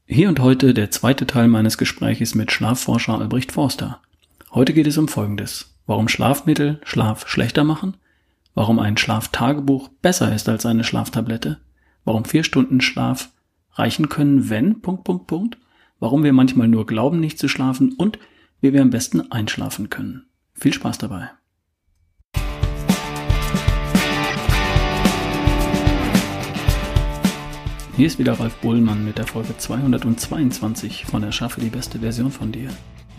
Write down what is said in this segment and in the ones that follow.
Hier und heute der zweite Teil meines Gespräches mit Schlafforscher Albrecht Forster. Heute geht es um Folgendes: Warum Schlafmittel Schlaf schlechter machen, warum ein Schlaftagebuch besser ist als eine Schlaftablette, warum 4 Stunden Schlaf reichen können, wenn... warum wir manchmal nur glauben, nicht zu schlafen und wie wir am besten einschlafen können. Viel Spaß dabei. Hier ist wieder Ralf Bohlmann mit der Folge 222 von Erschaffe die beste Version von dir.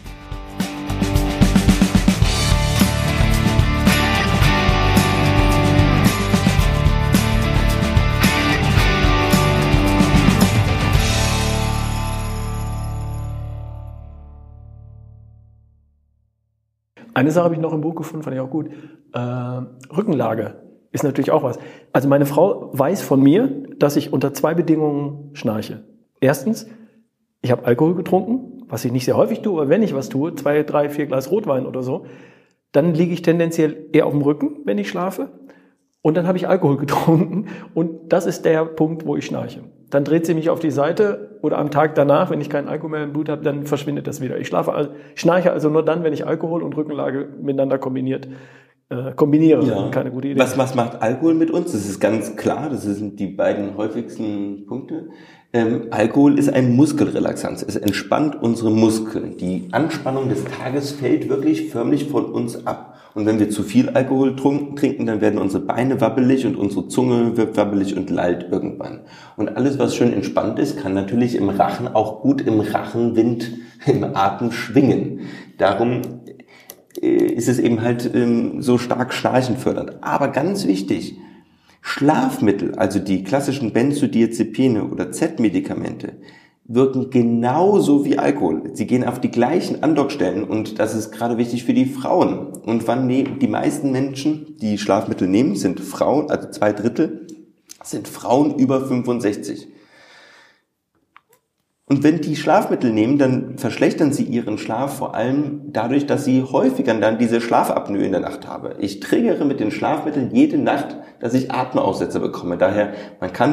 Eine Sache habe ich noch im Buch gefunden, fand ich auch gut. Rückenlage ist natürlich auch was. Also meine Frau weiß von mir, dass ich unter 2 Bedingungen schnarche. Erstens, ich habe Alkohol getrunken, was ich nicht sehr häufig tue, aber wenn ich was tue, 2, 3, 4 Glas Rotwein oder so, dann liege ich tendenziell eher auf dem Rücken, wenn ich schlafe. Und dann habe ich Alkohol getrunken und das ist der Punkt, wo ich schnarche. Dann dreht sie mich auf die Seite oder am Tag danach, wenn ich keinen Alkohol mehr im Blut habe, dann verschwindet das wieder. Ich schnarche also nur dann, wenn ich Alkohol und Rückenlage miteinander kombiniere. Ja. Keine gute Idee. Was macht Alkohol mit uns? Das ist ganz klar, das sind die beiden häufigsten Punkte. Alkohol ist ein Muskelrelaxant. Es entspannt unsere Muskeln. Die Anspannung des Tages fällt wirklich förmlich von uns ab. Und wenn wir zu viel Alkohol trinken, dann werden unsere Beine wabbelig und unsere Zunge wird wabbelig und lallt irgendwann. Und alles, was schön entspannt ist, kann natürlich im Rachen auch gut im Rachenwind, im Atem schwingen. Darum ist es eben halt so stark schnarchenfördernd. Aber ganz wichtig, Schlafmittel, also die klassischen Benzodiazepine oder Z-Medikamente, wirken genauso wie Alkohol. Sie gehen auf die gleichen Andockstellen und das ist gerade wichtig für die Frauen. Und wann die meisten Menschen, die Schlafmittel nehmen, sind Frauen, also 2/3 sind Frauen über 65. Und wenn die Schlafmittel nehmen, dann verschlechtern sie ihren Schlaf vor allem dadurch, dass sie häufiger dann diese Schlafapnoe in der Nacht haben. Ich triggere mit den Schlafmitteln jede Nacht, dass ich Atemaussetzer bekomme. Daher, man kann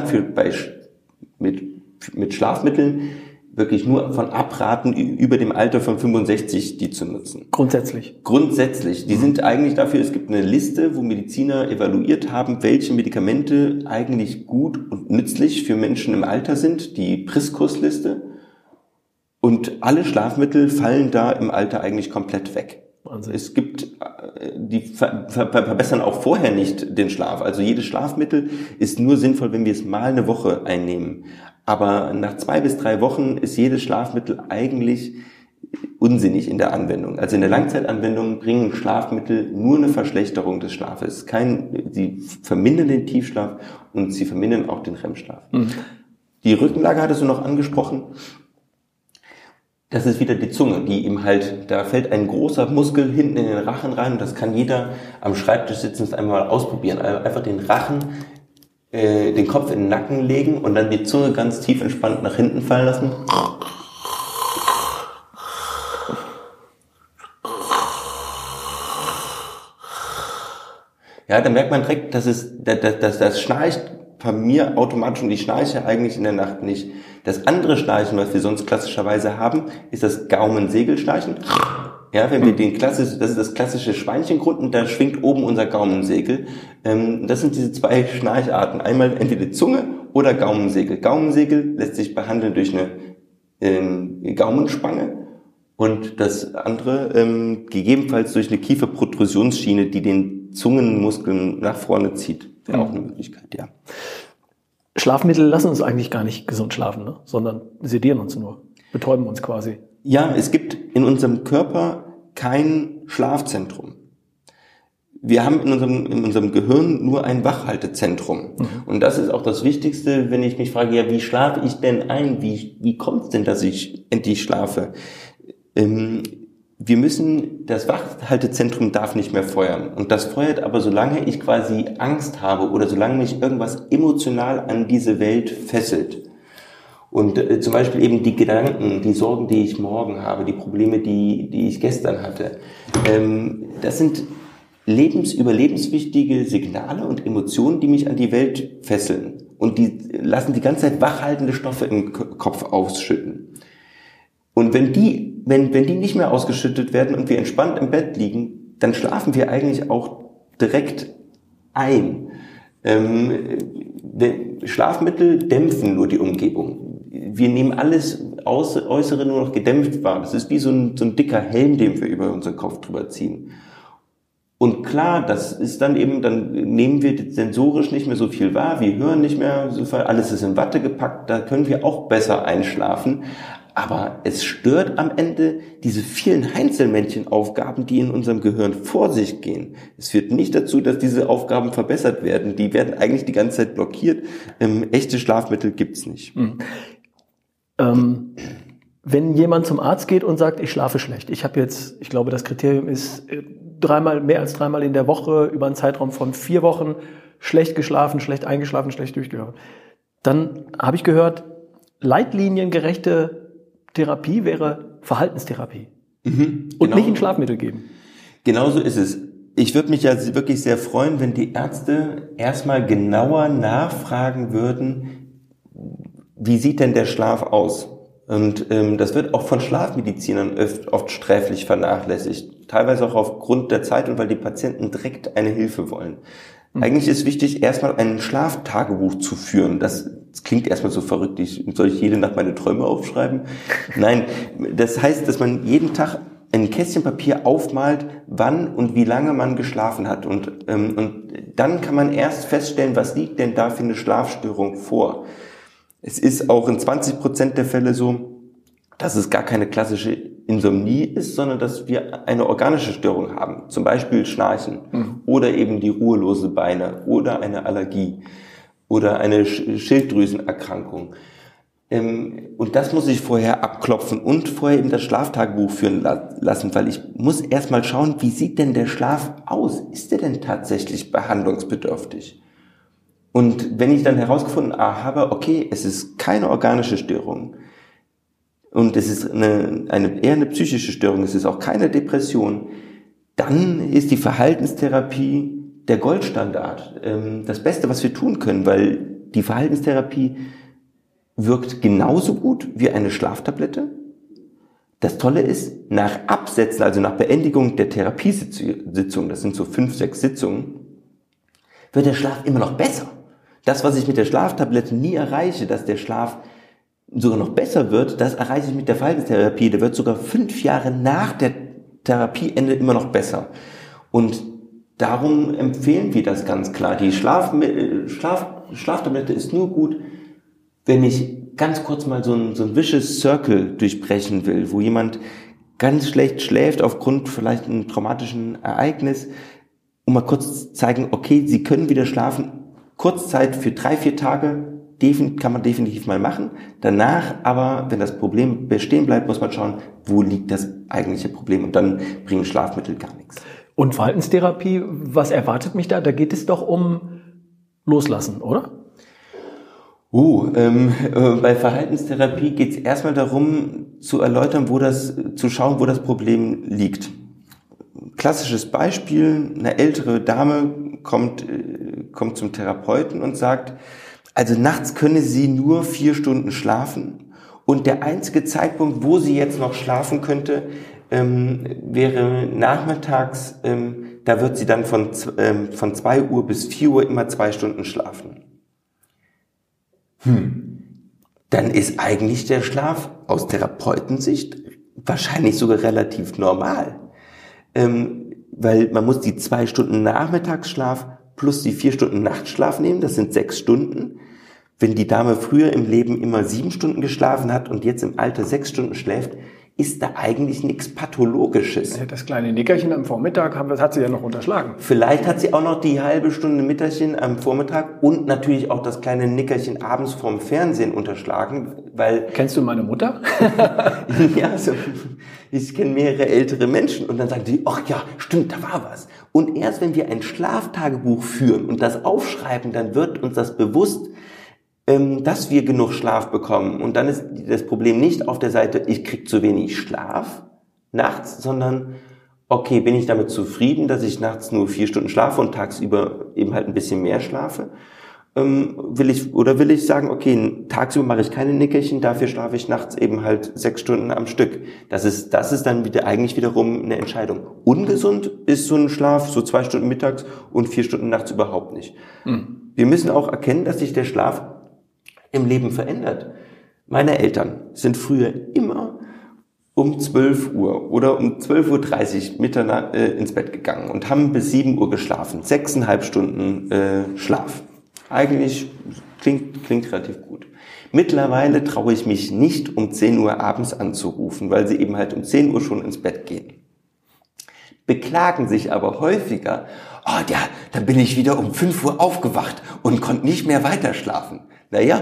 mit Schlafmitteln wirklich nur von abraten, über dem Alter von 65 die zu nutzen. Grundsätzlich. Die sind eigentlich dafür, es gibt eine Liste, wo Mediziner evaluiert haben, welche Medikamente eigentlich gut und nützlich für Menschen im Alter sind, die Priscus-Liste. Und alle Schlafmittel fallen da im Alter eigentlich komplett weg. Wahnsinn. Es gibt, die verbessern auch vorher nicht den Schlaf. Also jedes Schlafmittel ist nur sinnvoll, wenn wir es mal eine Woche einnehmen. Aber nach 2 bis 3 Wochen ist jedes Schlafmittel eigentlich unsinnig in der Anwendung. Also in der Langzeitanwendung bringen Schlafmittel nur eine Verschlechterung des Schlafes. Sie vermindern den Tiefschlaf und sie vermindern auch den REM-Schlaf. Mhm. Die Rückenlage hattest du noch angesprochen. Das ist wieder die Zunge, die eben halt, da fällt ein großer Muskel hinten in den Rachen rein und das kann jeder am Schreibtisch sitzend einmal ausprobieren. Einfach den Rachen, den Kopf in den Nacken legen und dann die Zunge ganz tief entspannt nach hinten fallen lassen. Ja, dann merkt man direkt, dass das schnarcht bei mir automatisch und ich schnarche eigentlich in der Nacht nicht. Das andere Schnarchen, was wir sonst klassischerweise haben, ist das Gaumensegelschnarchen. Ja, wenn wir das ist das klassische Schweinchengrund und da schwingt oben unser Gaumensegel. Das sind diese 2 Schnarcharten. Einmal entweder Zunge oder Gaumensegel. Gaumensegel lässt sich behandeln durch eine Gaumenspange und das andere gegebenenfalls durch eine Kieferprotrusionsschiene, die den Zungenmuskeln nach vorne zieht. Wäre auch eine Möglichkeit, ja. Schlafmittel lassen uns eigentlich gar nicht gesund schlafen, ne? Sondern sedieren uns nur, betäuben uns quasi. Ja, es gibt in unserem Körper kein Schlafzentrum. Wir haben in unserem Gehirn nur ein Wachhaltezentrum. Mhm. Und das ist auch das Wichtigste, wenn ich mich frage, ja, wie schlafe ich denn ein? Wie kommt es denn, dass ich endlich schlafe? Das Wachhaltezentrum darf nicht mehr feuern. Und das feuert aber, solange ich quasi Angst habe oder solange mich irgendwas emotional an diese Welt fesselt. Und zum Beispiel eben die Gedanken, die Sorgen, die ich morgen habe, die Probleme, die ich gestern hatte. Das sind überlebenswichtige Signale und Emotionen, die mich an die Welt fesseln. und die lassen die ganze Zeit wachhaltende Stoffe im Kopf ausschütten. Und wenn die nicht mehr ausgeschüttet werden und wir entspannt im Bett liegen, dann schlafen wir eigentlich auch direkt ein. Schlafmittel dämpfen nur die Umgebung. Wir nehmen alles Äußere nur noch gedämpft wahr. Das ist wie so ein dicker Helm, den wir über unseren Kopf drüber ziehen. Und klar, das ist dann nehmen wir sensorisch nicht mehr so viel wahr, wir hören nicht mehr so viel, alles ist in Watte gepackt, da können wir auch besser einschlafen. Aber es stört am Ende diese vielen Einzelmännchenaufgaben, die in unserem Gehirn vor sich gehen. Es führt nicht dazu, dass diese Aufgaben verbessert werden. Die werden eigentlich die ganze Zeit blockiert. Echte Schlafmittel gibt's nicht. Wenn jemand zum Arzt geht und sagt, ich schlafe schlecht, ich glaube, das Kriterium ist mehr als dreimal in der Woche über einen Zeitraum von 4 Wochen schlecht geschlafen, schlecht eingeschlafen, schlecht durchgehört. Dann habe ich gehört, leitliniengerechte Therapie wäre Verhaltenstherapie und nicht ein Schlafmittel geben. Genauso ist es. Ich würde mich ja wirklich sehr freuen, wenn die Ärzte erstmal genauer nachfragen würden, wie sieht denn der Schlaf aus? Und das wird auch von Schlafmedizinern oft sträflich vernachlässigt. Teilweise auch aufgrund der Zeit und weil die Patienten direkt eine Hilfe wollen. Eigentlich ist wichtig, erstmal ein Schlaftagebuch zu führen. Das klingt erstmal so verrückt. Soll ich jede Nacht meine Träume aufschreiben? Nein, das heißt, dass man jeden Tag ein Kästchen Papier aufmalt, wann und wie lange man geschlafen hat. Und dann kann man erst feststellen, was liegt denn da für eine Schlafstörung vor. Es ist auch in 20% der Fälle so, dass es gar keine klassische Insomnie ist, sondern dass wir eine organische Störung haben. Zum Beispiel Schnarchen oder eben die ruhelose Beine oder eine Allergie oder eine Schilddrüsenerkrankung. Und das muss ich vorher abklopfen und vorher eben das Schlaftagebuch führen lassen, weil ich muss erstmal schauen, wie sieht denn der Schlaf aus? Ist der denn tatsächlich behandlungsbedürftig? Und wenn ich dann herausgefunden habe, okay, es ist keine organische Störung, und es ist eher eine psychische Störung, es ist auch keine Depression, dann ist die Verhaltenstherapie der Goldstandard. Das Beste, was wir tun können, weil die Verhaltenstherapie wirkt genauso gut wie eine Schlaftablette. Das Tolle ist, nach Absetzen, also nach Beendigung der Therapiesitzung, das sind so 5, 6 Sitzungen, wird der Schlaf immer noch besser. Das, was ich mit der Schlaftablette nie erreiche, dass der Schlaf sogar noch besser wird, das erreiche ich mit der Verhaltenstherapie. Der wird sogar 5 Jahre nach der Therapieende immer noch besser. Und darum empfehlen wir das ganz klar. Die Schlaftablette ist nur gut, wenn ich ganz kurz mal so ein vicious Circle durchbrechen will, wo jemand ganz schlecht schläft aufgrund vielleicht einem traumatischen Ereignis, um mal kurz zu zeigen, okay, Sie können wieder schlafen. Kurzzeit für 3, 4 Tage kann man definitiv mal machen. Danach aber, wenn das Problem bestehen bleibt, muss man schauen, wo liegt das eigentliche Problem. Und dann bringen Schlafmittel gar nichts. Und Verhaltenstherapie, was erwartet mich da? Da geht es doch um Loslassen, oder? Bei Verhaltenstherapie geht es erstmal darum, zu erläutern, zu schauen, wo das Problem liegt. Klassisches Beispiel, eine ältere Dame kommt zum Therapeuten und sagt, also nachts könne sie nur 4 Stunden schlafen und der einzige Zeitpunkt, wo sie jetzt noch schlafen könnte, wäre nachmittags, da wird sie dann von 2 Uhr bis 4 Uhr immer 2 Stunden schlafen. Dann ist eigentlich der Schlaf aus Therapeutensicht wahrscheinlich sogar relativ normal. Weil man muss die 2 Stunden Nachmittagsschlaf plus die 4 Stunden Nachtschlaf nehmen, das sind 6 Stunden. Wenn die Dame früher im Leben immer 7 Stunden geschlafen hat und jetzt im Alter 6 Stunden schläft, ist da eigentlich nichts Pathologisches. Das kleine Nickerchen am Vormittag hat sie ja noch unterschlagen. Vielleicht hat sie auch noch die halbe Stunde Mittagchen am Vormittag und natürlich auch das kleine Nickerchen abends vorm Fernsehen unterschlagen, weil... Kennst du meine Mutter? Ja, ich kenne mehrere ältere Menschen und dann sagen die, ach ja, stimmt, da war was. Und erst wenn wir ein Schlaftagebuch führen und das aufschreiben, dann wird uns das bewusst, dass wir genug Schlaf bekommen. Und dann ist das Problem nicht auf der Seite, ich krieg zu wenig Schlaf nachts, sondern okay, bin ich damit zufrieden, dass ich nachts nur 4 Stunden schlafe und tagsüber eben halt ein bisschen mehr schlafe? will ich sagen, okay, tagsüber mache ich keine Nickerchen, dafür schlafe ich nachts eben halt 6 Stunden am Stück. Das ist dann eigentlich wiederum eine Entscheidung. Ungesund ist so ein Schlaf, so 2 Stunden mittags und 4 Stunden nachts überhaupt nicht. Wir müssen auch erkennen, dass sich der Schlaf im Leben verändert. Meine Eltern sind früher immer um 12 Uhr oder um 12:30 Uhr ins Bett gegangen und haben bis 7 Uhr geschlafen. 6,5 Stunden Schlaf. Eigentlich klingt relativ gut. Mittlerweile traue ich mich nicht, um 10 Uhr abends anzurufen, weil sie eben halt um 10 Uhr schon ins Bett gehen. Beklagen sich aber häufiger, dann bin ich wieder um 5 Uhr aufgewacht und konnte nicht mehr weiter schlafen. Naja,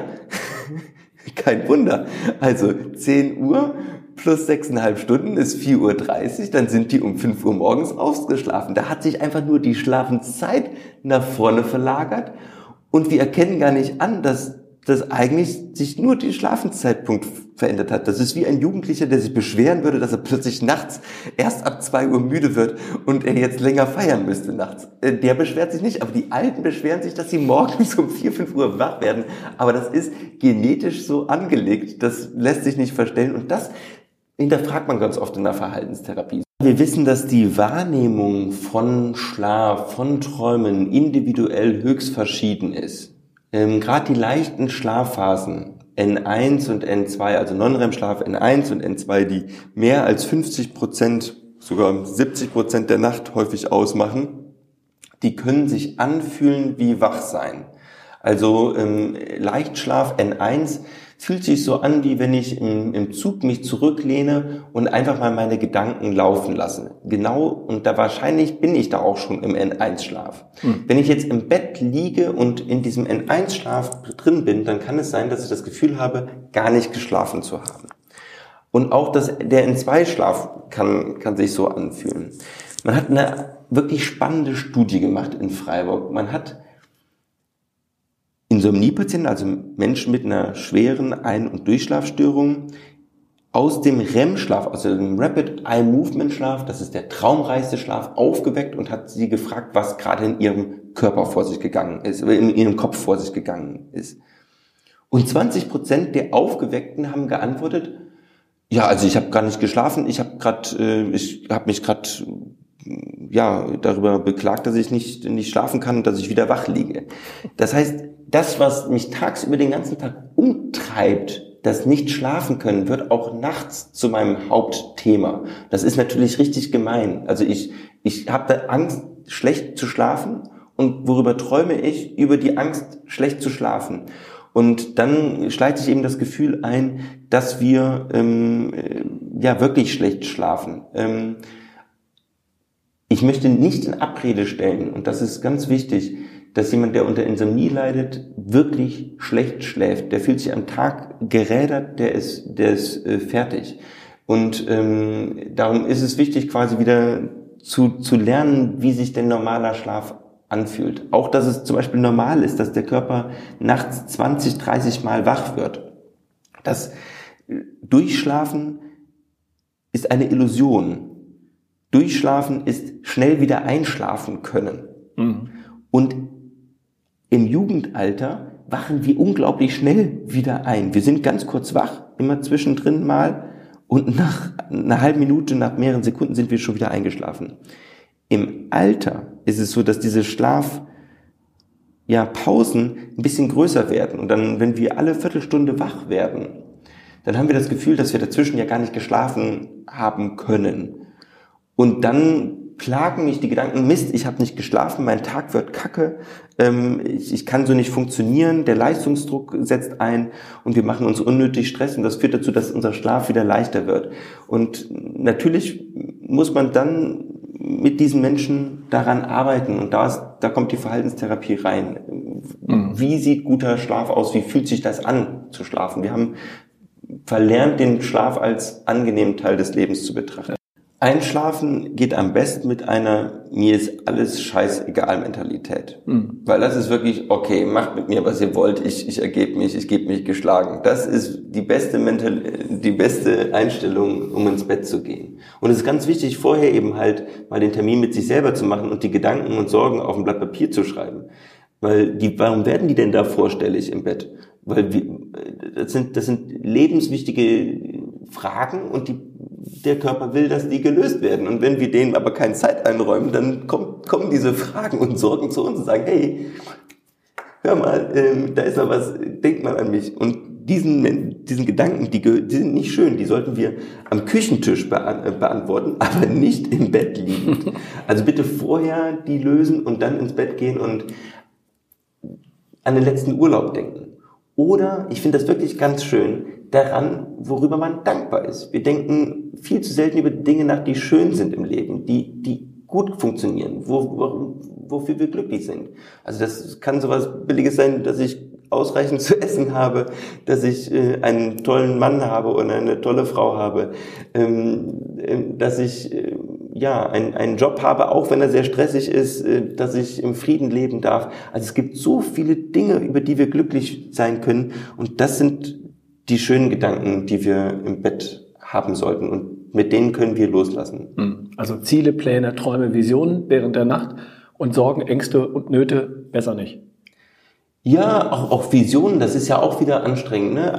kein Wunder. Also 10 Uhr plus 6,5 Stunden ist 4:30 Uhr, dann sind die um 5 Uhr morgens ausgeschlafen. Da hat sich einfach nur die Schlafenszeit nach vorne verlagert und wir erkennen gar nicht an, dass eigentlich sich nur der Schlafenszeitpunkt verändert hat. Das ist wie ein Jugendlicher, der sich beschweren würde, dass er plötzlich nachts erst ab 2 Uhr müde wird und er jetzt länger feiern müsste nachts. Der beschwert sich nicht, aber die Alten beschweren sich, dass sie morgens um 4, 5 Uhr wach werden. Aber das ist genetisch so angelegt, das lässt sich nicht verstellen und das hinterfragt man ganz oft in der Verhaltenstherapie. Wir wissen, dass die Wahrnehmung von Schlaf, von Träumen individuell höchst verschieden ist. Gerade die leichten Schlafphasen, N1 und N2, also Non-REM-Schlaf N1 und N2, die mehr als 50%, sogar 70% der Nacht häufig ausmachen, die können sich anfühlen wie Wachsein. Also Leichtschlaf N1 fühlt sich so an, wie wenn ich im Zug mich zurücklehne und einfach mal meine Gedanken laufen lasse. Genau, und da wahrscheinlich bin ich da auch schon im N1-Schlaf. Wenn ich jetzt im Bett liege und in diesem N1-Schlaf drin bin, dann kann es sein, dass ich das Gefühl habe, gar nicht geschlafen zu haben. Und auch der N2-Schlaf kann sich so anfühlen. Man hat eine wirklich spannende Studie gemacht in Freiburg. Man hat Insomniepatienten, also Menschen mit einer schweren Ein- und Durchschlafstörung, aus dem REM-Schlaf, also dem Rapid Eye Movement Schlaf, das ist der traumreichste Schlaf, aufgeweckt und hat sie gefragt, was gerade in ihrem Körper vor sich gegangen ist, in ihrem Kopf vor sich gegangen ist. Und 20% der Aufgeweckten haben geantwortet, ja, also ich habe gar nicht geschlafen, ich habe mich gerade darüber beklagt, dass ich nicht schlafen kann und dass ich wieder wach liege. Das heißt, das, was mich tagsüber den ganzen Tag umtreibt, das nicht schlafen können, wird auch nachts zu meinem Hauptthema. Das ist natürlich richtig gemein. Also ich habe da Angst, schlecht zu schlafen, und worüber träume ich? Über die Angst, schlecht zu schlafen. Und dann schleicht sich eben das Gefühl ein, dass wir wirklich schlecht schlafen. Ich möchte nicht in Abrede stellen, und das ist ganz wichtig, dass jemand, der unter Insomnie leidet, wirklich schlecht schläft. Der fühlt sich am Tag gerädert, der ist fertig. Und darum ist es wichtig, quasi wieder zu lernen, wie sich denn normaler Schlaf anfühlt. Auch, dass es zum Beispiel normal ist, dass der Körper nachts 20, 30 Mal wach wird. Das Durchschlafen ist eine Illusion. Durchschlafen ist schnell wieder einschlafen können. Und im Jugendalter wachen wir unglaublich schnell wieder ein. Wir sind ganz kurz wach, immer zwischendrin mal, und nach einer halben Minute, nach mehreren Sekunden sind wir schon wieder eingeschlafen. Im Alter ist es so, dass diese Schlafpausen ein bisschen größer werden. Und dann, wenn wir alle Viertelstunde wach werden, dann haben wir das Gefühl, dass wir dazwischen ja gar nicht geschlafen haben können. Und dann plagen mich die Gedanken, Mist, ich habe nicht geschlafen, mein Tag wird kacke, ich kann so nicht funktionieren, der Leistungsdruck setzt ein und wir machen uns unnötig Stress, und das führt dazu, dass unser Schlaf wieder leichter wird. Und natürlich muss man dann mit diesen Menschen daran arbeiten, und da kommt die Verhaltenstherapie rein. Wie sieht guter Schlaf aus? Wie fühlt sich das an, zu schlafen? Wir haben verlernt, den Schlaf als angenehmen Teil des Lebens zu betrachten. Einschlafen geht am besten mit einer mir ist alles scheißegal Mentalität. Weil das ist wirklich, okay, macht mit mir, was ihr wollt, ich ergebe mich, ich gebe mich geschlagen. Das ist die beste Einstellung, um ins Bett zu gehen. Und es ist ganz wichtig, vorher eben halt mal den Termin mit sich selber zu machen und die Gedanken und Sorgen auf ein Blatt Papier zu schreiben. Weil warum werden die denn da vorstellig im Bett? Weil das sind lebenswichtige Fragen und der Körper will, dass die gelöst werden. Und wenn wir denen aber keine Zeit einräumen, dann kommen diese Fragen und Sorgen zu uns und sagen, hey, hör mal, da ist noch was, denk mal an mich. Und diesen Gedanken, die sind nicht schön, die sollten wir am Küchentisch beantworten, aber nicht im Bett liegend. Also bitte vorher die lösen und dann ins Bett gehen und an den letzten Urlaub denken. Oder, ich finde das wirklich ganz schön, daran, worüber man dankbar ist. Wir denken viel zu selten über Dinge nach, die schön sind im Leben, die gut funktionieren, wofür wir glücklich sind. Also das kann sowas Billiges sein, dass ich ausreichend zu essen habe, dass ich einen tollen Mann habe oder eine tolle Frau habe, dass ich einen Job habe, auch wenn er sehr stressig ist, dass ich im Frieden leben darf. Also es gibt so viele Dinge, über die wir glücklich sein können und das sind die schönen Gedanken, die wir im Bett haben sollten und mit denen können wir loslassen. Also Ziele, Pläne, Träume, Visionen während der Nacht und Sorgen, Ängste und Nöte besser nicht. Ja, auch Visionen, das ist ja auch wieder anstrengend, ne?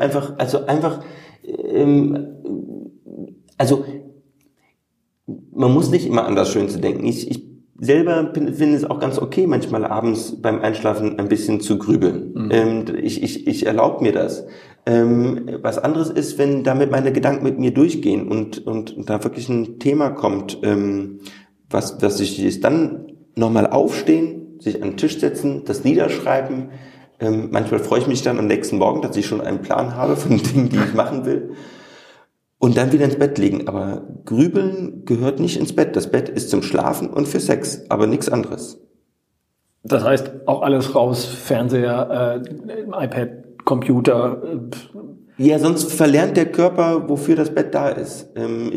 Man muss nicht immer an das Schönste denken. Ich selber finde es auch ganz okay, manchmal abends beim Einschlafen ein bisschen zu grübeln. Ich erlaube mir das. Was anderes ist, wenn damit meine Gedanken mit mir durchgehen und da wirklich ein Thema kommt, was ich dann nochmal aufstehen, sich an den Tisch setzen, das niederschreiben. Manchmal freue ich mich dann am nächsten Morgen, dass ich schon einen Plan habe von Dingen, die ich machen will. Und dann wieder ins Bett legen. Aber Grübeln gehört nicht ins Bett. Das Bett ist zum Schlafen und für Sex, aber nichts anderes. Das heißt, auch alles raus, Fernseher, iPad, Computer. Ja, sonst verlernt der Körper, wofür das Bett da ist.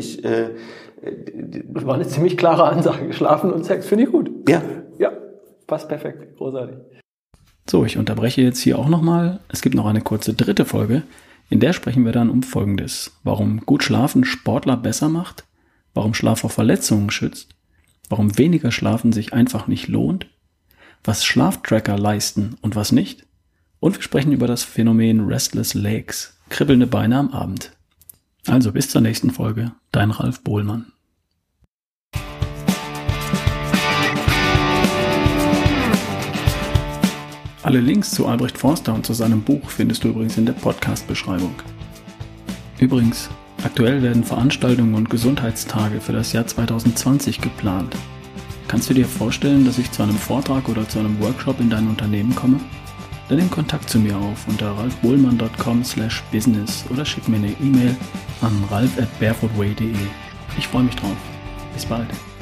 Das war eine ziemlich klare Ansage. Schlafen und Sex finde ich gut. Ja. Ja, passt perfekt. Großartig. So, ich unterbreche jetzt hier auch nochmal. Es gibt noch eine kurze dritte Folge. In der sprechen wir dann um Folgendes. Warum gut Schlafen Sportler besser macht, warum Schlaf vor Verletzungen schützt, warum weniger Schlafen sich einfach nicht lohnt, was Schlaftracker leisten und was nicht. Und wir sprechen über das Phänomen Restless Legs, kribbelnde Beine am Abend. Also bis zur nächsten Folge, dein Ralf Bohlmann. Alle Links zu Albrecht Forster und zu seinem Buch findest du übrigens in der Podcast-Beschreibung. Übrigens, aktuell werden Veranstaltungen und Gesundheitstage für das Jahr 2020 geplant. Kannst du dir vorstellen, dass ich zu einem Vortrag oder zu einem Workshop in dein Unternehmen komme? Dann nimm Kontakt zu mir auf unter ralfbohlmann.com/business oder schick mir eine E-Mail an ralf@barefootway.de. Ich freue mich drauf. Bis bald.